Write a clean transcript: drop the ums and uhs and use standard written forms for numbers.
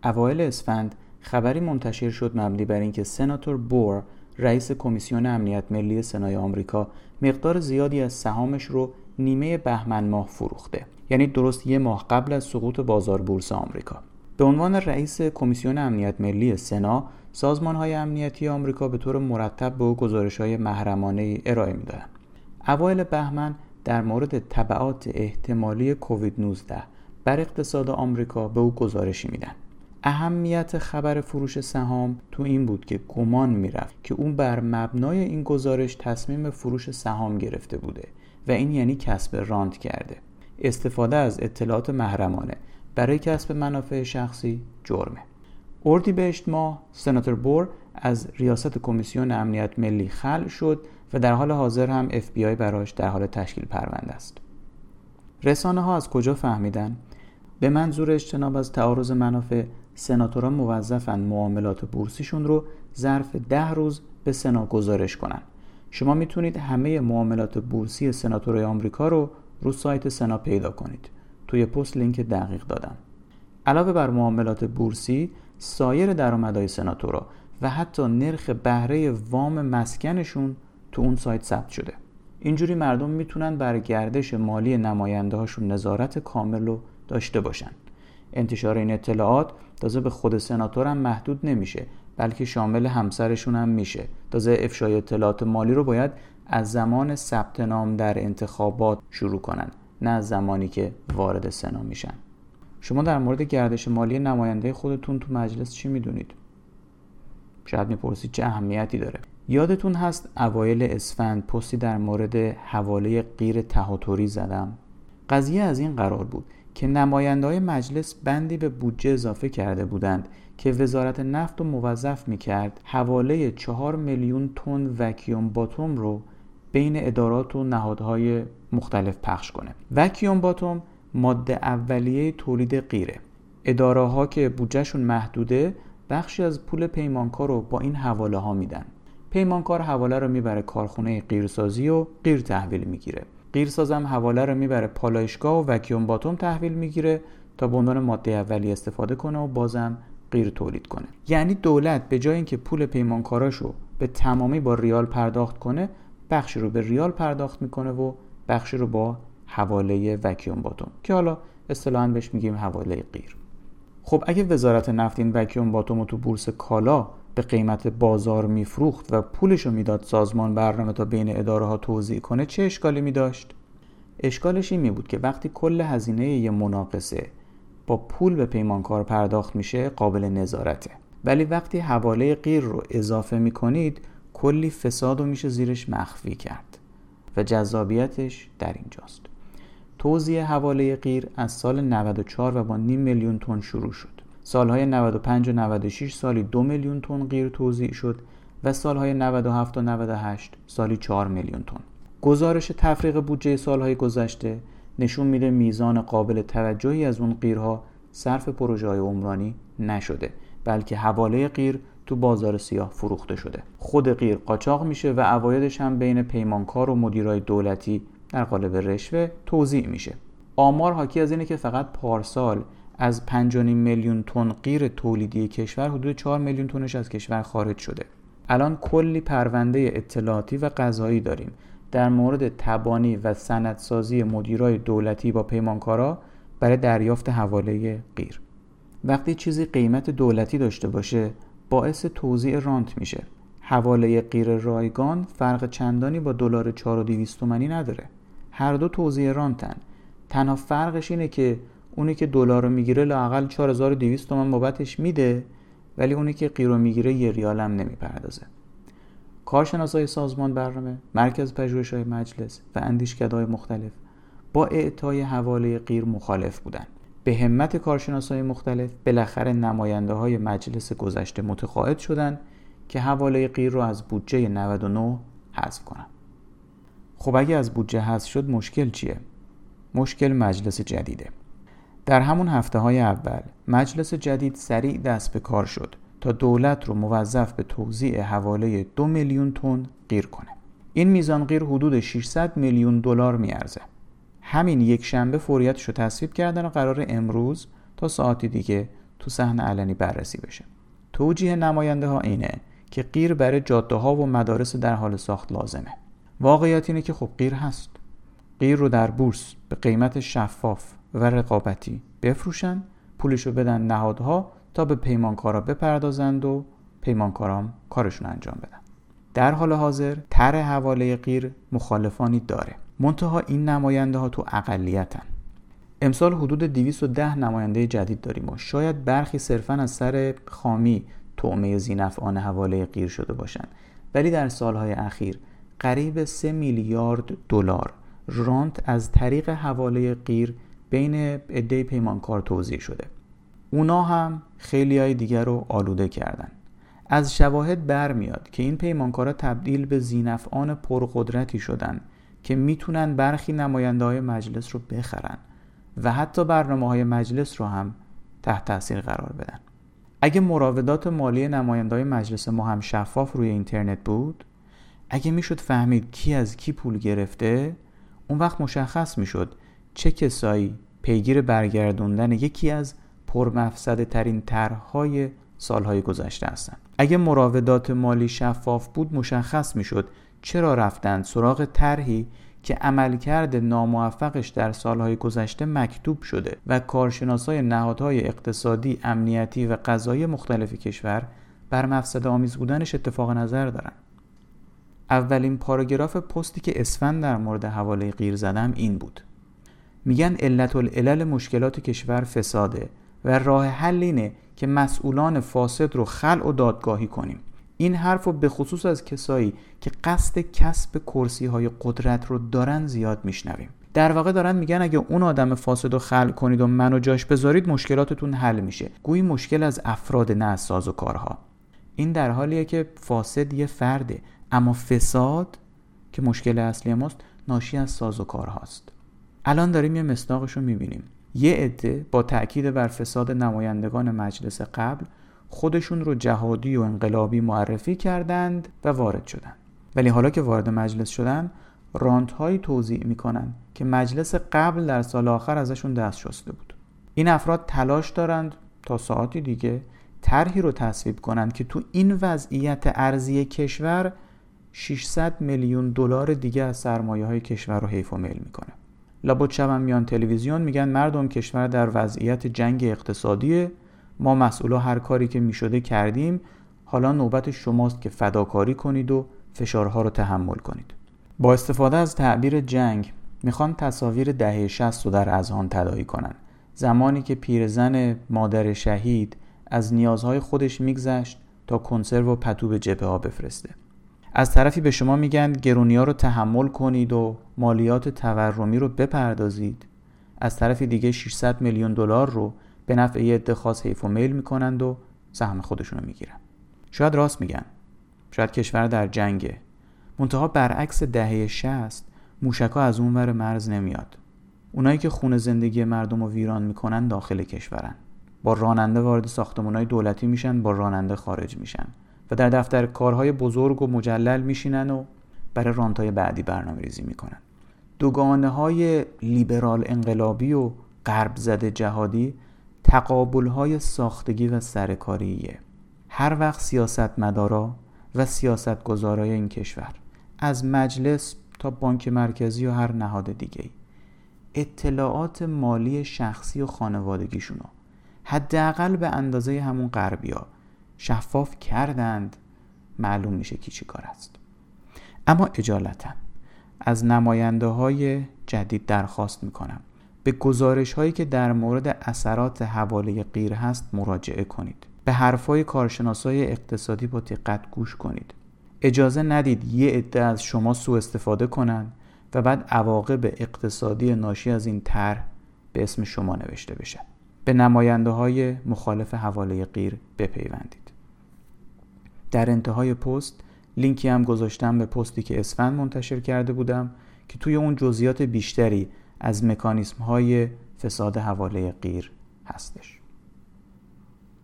اوایل اسفند خبری منتشر شد مبنی بر اینکه سناتور بور، رئیس کمیسیون امنیت ملی سنای آمریکا، مقدار زیادی از سهامش رو نیمه بهمن ماه فروخته، یعنی درست یک ماه قبل از سقوط بازار بورس آمریکا. به عنوان رئیس کمیسیون امنیت ملی سنا، سازمان‌های امنیتی آمریکا به طور مرتب به او گزارش‌های محرمانه‌ای ارائه می‌دادند. اوایل بهمن در مورد تبعات احتمالی کووید 19 بر اقتصاد آمریکا به او گزارشی میدن. اهمیت خبر فروش سهام تو این بود که گمان میرفت که اون بر مبنای این گزارش تصمیم فروش سهام گرفته بوده و این یعنی کسب رانت کرده. استفاده از اطلاعات محرمانه برای کسب منافع شخصی جرمه. اردیبهشت ماه سناتور بور از ریاست کمیسیون امنیت ملی خلع شد و در حال حاضر هم FBI براش در حال تشکیل پرونده است. رسانه ها از کجا فهمیدن؟ به منظور اجتناب از تعارض منافع، سناتورها موظفن معاملات بورسیشون رو ظرف 10 روز به سنا گزارش کنن. شما میتونید همه معاملات بورسی سناتورهای آمریکا رو سایت سنا پیدا کنید. توی پست لینک دقیق دادم. علاوه بر معاملات بورسی، سایر درآمدهای سناتورها و حتی نرخ بهره وام مسکنشون تو اون سایت ثبت شده. اینجوری مردم میتونن بر گردش مالی نماینده هاشون نظارت کامل رو داشته باشن. انتشار این اطلاعات تازه به خود سناتور هم محدود نمیشه، بلکه شامل همسرشون هم میشه. تازه افشای اطلاعات مالی رو باید از زمان ثبت نام در انتخابات شروع کنن، نه از زمانی که وارد سنا میشن. شما در مورد گردش مالی نماینده خودتون تو مجلس چی میدونید؟ شاید میپرسید چه اهمیتی داره. یادتون هست اوایل اسفند پستی در مورد حواله غیر تهاتری زدم؟ قضیه از این قرار بود که نماینده‌های مجلس بندی به بودجه اضافه کرده بودند که وزارت نفت رو موظف می‌کرد حواله 4 میلیون تن وکیوم باتوم رو بین ادارات و نهادهای مختلف پخش کنه. وکیوم باتوم ماده اولیه تولید قیره. اداره‌ها که بودجهشون محدوده بخشی از پول پیمانکار رو با این حواله ها میدن. پیمانکار حواله رو میبره کارخونه قیرسازی و قیر تحویل میگیره. قیرساز هم حواله رو میبره پالایشگاه و وکیوم باتوم تحویل میگیره تا به عنوان ماده اولیه استفاده کنه و بازم قیر تولید کنه. یعنی دولت به جای اینکه پول پیمانکاراشو به تمامی با ریال پرداخت کنه، بخشی رو به ریال پرداخت میکنه و بخشی رو با حواله وکیوم باتوم که حالا اصطلاحاً بهش میگیم حواله قیر. خب اگه وزارت نفت این وکیوم باتوم رو تو بورس کالا به قیمت بازار میفروخت و پولشو میداد سازمان برنامه تا بین اداره ها توزیع کنه، چه اشکالی میداشت؟ اشکالش این می بود که وقتی کل هزینه یه مناقصه با پول به پیمانکار پرداخت میشه قابل نظارته، ولی وقتی حواله غیر رو اضافه میکنید کلی فساد رو میشه زیرش مخفی کرد و جذابیتش در اینجاست. توزیع حواله غیر از سال 94 و با 0.5 میلیون تن شروع شد. سالهای 95 و 96 سالی 2 میلیون تن غیر توزیع شد و سالهای 97 و 98 سالی 4 میلیون تن. گزارش تفریغ بودجه سالهای گذشته نشون میده میزان قابل توجهی از اون غیرها صرف پروژه‌های عمرانی نشده، بلکه حواله غیر تو بازار سیاه فروخته شده. خود غیر قاچاق میشه و عوایدش هم بین پیمانکار و مدیرای دولتی در قالب رشوه توزیع میشه. آمار حاکی از اینه که فقط پارسال از 5.5 میلیون تن غیر تولیدی کشور حدود 4 میلیون تنش از کشور خارج شده. الان کلی پرونده اطلاعاتی و قضایی داریم در مورد تبانی و سندسازی مدیرای دولتی با پیمانکارا برای دریافت حواله غیر. وقتی چیزی قیمت دولتی داشته باشه باعث توزیع رانت میشه. حواله غیر رایگان فرق چندانی با دلار 4200 تومانی نداره. هر دو توزیع رانتن. تنها فرقش اینه که اونی که دلار رو میگیره لااقل 4200 تومان بابتش میده، ولی اونی که غیر رو میگیره 1 ریال هم نمیپردازه. کارشناسای سازمان برنامه، مرکز پژوهش‌های مجلس و اندیشکده‌های مختلف با اعطای حواله غیر مخالف بودن. به همت کارشناسای مختلف بالاخره نماینده‌های مجلس گذشته متقاعد شدند که حواله غیر رو از بودجه 99 حذف کنن. خب اگه از بودجه حذف شد مشکل چیه؟ مشکل مجلس جدیده. در همون هفته‌های اول مجلس جدید سریع دست به کار شد تا دولت رو موظف به توزیع حواله 2 میلیون تن غیر کنه. این میزان غیر حدود 600 میلیون دلار میارزه. همین یک شنبه فوریتش رو تصویب کردن و قرار امروز تا ساعتی دیگه تو صحن علنی بررسی بشه. توجیه نماینده ها اینه که قیر برای جاده ها و مدارس در حال ساخت لازمه. واقعیت اینه که خب قیر هست. قیر رو در بورس به قیمت شفاف و رقابتی بفروشن، پولشو بدن نهادها تا به پیمانکارا بپردازند و پیمانکارام کارشون انجام بدن. در حال حاضر طرح حواله قیر مخالفانی داره، منتها این نماینده ها تو اقلیتن. امسال حدود 210 نماینده جدید داریم و شاید برخی صرفاً از سر خامی طعمه ذی‌نفعان حواله قیر شده باشن، ولی در سالهای اخیر قریب 3 میلیارد دلار رانت از طریق حواله قیر بین عده پیمانکار توزیع شده. اونا هم خیلیای دیگر رو آلوده کردن. از شواهد برمیاد که این پیمانکارا تبدیل به ذی‌نفعان پرقدرتی شدن که میتونن برخی نماینده‌های مجلس رو بخرن و حتی برنامه‌های مجلس رو هم تحت تاثیر قرار بدن. اگه مراودات مالی نماینده‌های مجلس ما هم شفاف روی اینترنت بود، اگه میشد فهمید کی از کی پول گرفته، اون وقت مشخص میشد چه کسایی پیگیر برگردوندن یکی از پرمفسده ترین طرح‌های سالهای گذشته هستن. اگه مراودات مالی شفاف بود، مشخص میشد چرا رفتن سراغ طرحی که عملکرد ناموفقش در سالهای گذشته مکتوب شده و کارشناسای نهادهای اقتصادی، امنیتی و قضایی مختلف کشور بر مفسده آمیز بودنش اتفاق نظر دارن. اولین پاراگراف پستی که اسفند در مورد حواله قیر زدم این بود. میگن علت العلل مشکلات کشور فساده و راه حل اینه که مسئولان فاسد رو خلع و دادگاهی کنیم. این حرف رو به خصوص از کسایی که قصد کسب کرسی‌های قدرت رو دارن زیاد میشنویم. در واقع دارن میگن اگه اون آدم فاسد رو خلع کنید و منو جاش بذارید مشکلاتتون حل میشه. گویی مشکل از افراد نه از سازوکارها. این در حالیه که فاسد یه فرده، اما فساد که مشکل اصلی ماست ناشی از سازوکارهاست. الان داریم یه مصداقش رو میبینیم. یه عده با تأکید بر فساد نمایندگان مجلس قبل خودشون رو جهادی و انقلابی معرفی کردند و وارد شدند. ولی حالا که وارد مجلس شدن، رانت‌هایی توزیع میکنن که مجلس قبل در سال آخر ازشون دست شسته بود. این افراد تلاش دارند تا ساعتی دیگه طرحی رو تصویب کنند که تو این وضعیت ارزی کشور 600 میلیون دلار دیگه از سرمایه‌های کشور رو حیف و میل میکنه. لابد شبم میان تلویزیون میگن مردم کشور در وضعیت جنگ اقتصادیه، ما مسئولا هر کاری که میشده کردیم، حالا نوبت شماست که فداکاری کنید و فشارها رو تحمل کنید. با استفاده از تعبیر جنگ میخوان تصاویر دهه 60 رو در اذهان تداعی کنن. زمانی که پیرزن مادر شهید از نیازهای خودش میگذشت تا کنسرو و پتو به جبهه ها بفرسته. از طرفی به شما میگن گرونی‌ها رو تحمل کنید و مالیات تورمی رو بپردازید. از طرفی دیگه 600 میلیون دلار رو به نفع یه عده خاص حیف و میل میکنند و سهم خودشون رو میگیرن. شاید راست میگن. شاید کشور در جنگه. منتها برعکس دهه 60 موشک‌ها از اونور مرز نمیاد. اونایی که خون زندگی مردم رو ویران میکنن داخل کشورن. با راننده وارد ساختمان‌های دولتی میشن، با راننده خارج میشن و در دفتر کارهای بزرگ و مجلل میشینن و برای رانت‌های بعدی برنامه‌ریزی میکنن. دوگانه‌های لیبرال انقلابی و غرب زده جهادی تقابل‌های ساختگی و سرکاریه. هر وقت سیاستمدارا و سیاستگزارای این کشور از مجلس تا بانک مرکزی و هر نهاد دیگه‌ای اطلاعات مالی شخصی و خانوادگیشونو حداقل به اندازه همون غربی‌ها شفاف کردند، معلوم میشه کی چی کار است. اما اجالتا از نماینده‌های جدید درخواست میکنم به گزارش‌هایی که در مورد اثرات حواله قیر هست مراجعه کنید. به حرفای کارشناسای اقتصادی با دقت گوش کنید. اجازه ندید یه عده از شما سوء استفاده کنن و بعد عواقب اقتصادی ناشی از این طرح به اسم شما نوشته بشه. به نماینده‌های مخالف حواله قیر بپیوندید. در انتهای پست لینکی هم گذاشتم به پستی که اسفند منتشر کرده بودم که توی اون جزئیات بیشتری از مکانیزم‌های فساد حواله قیر هستش.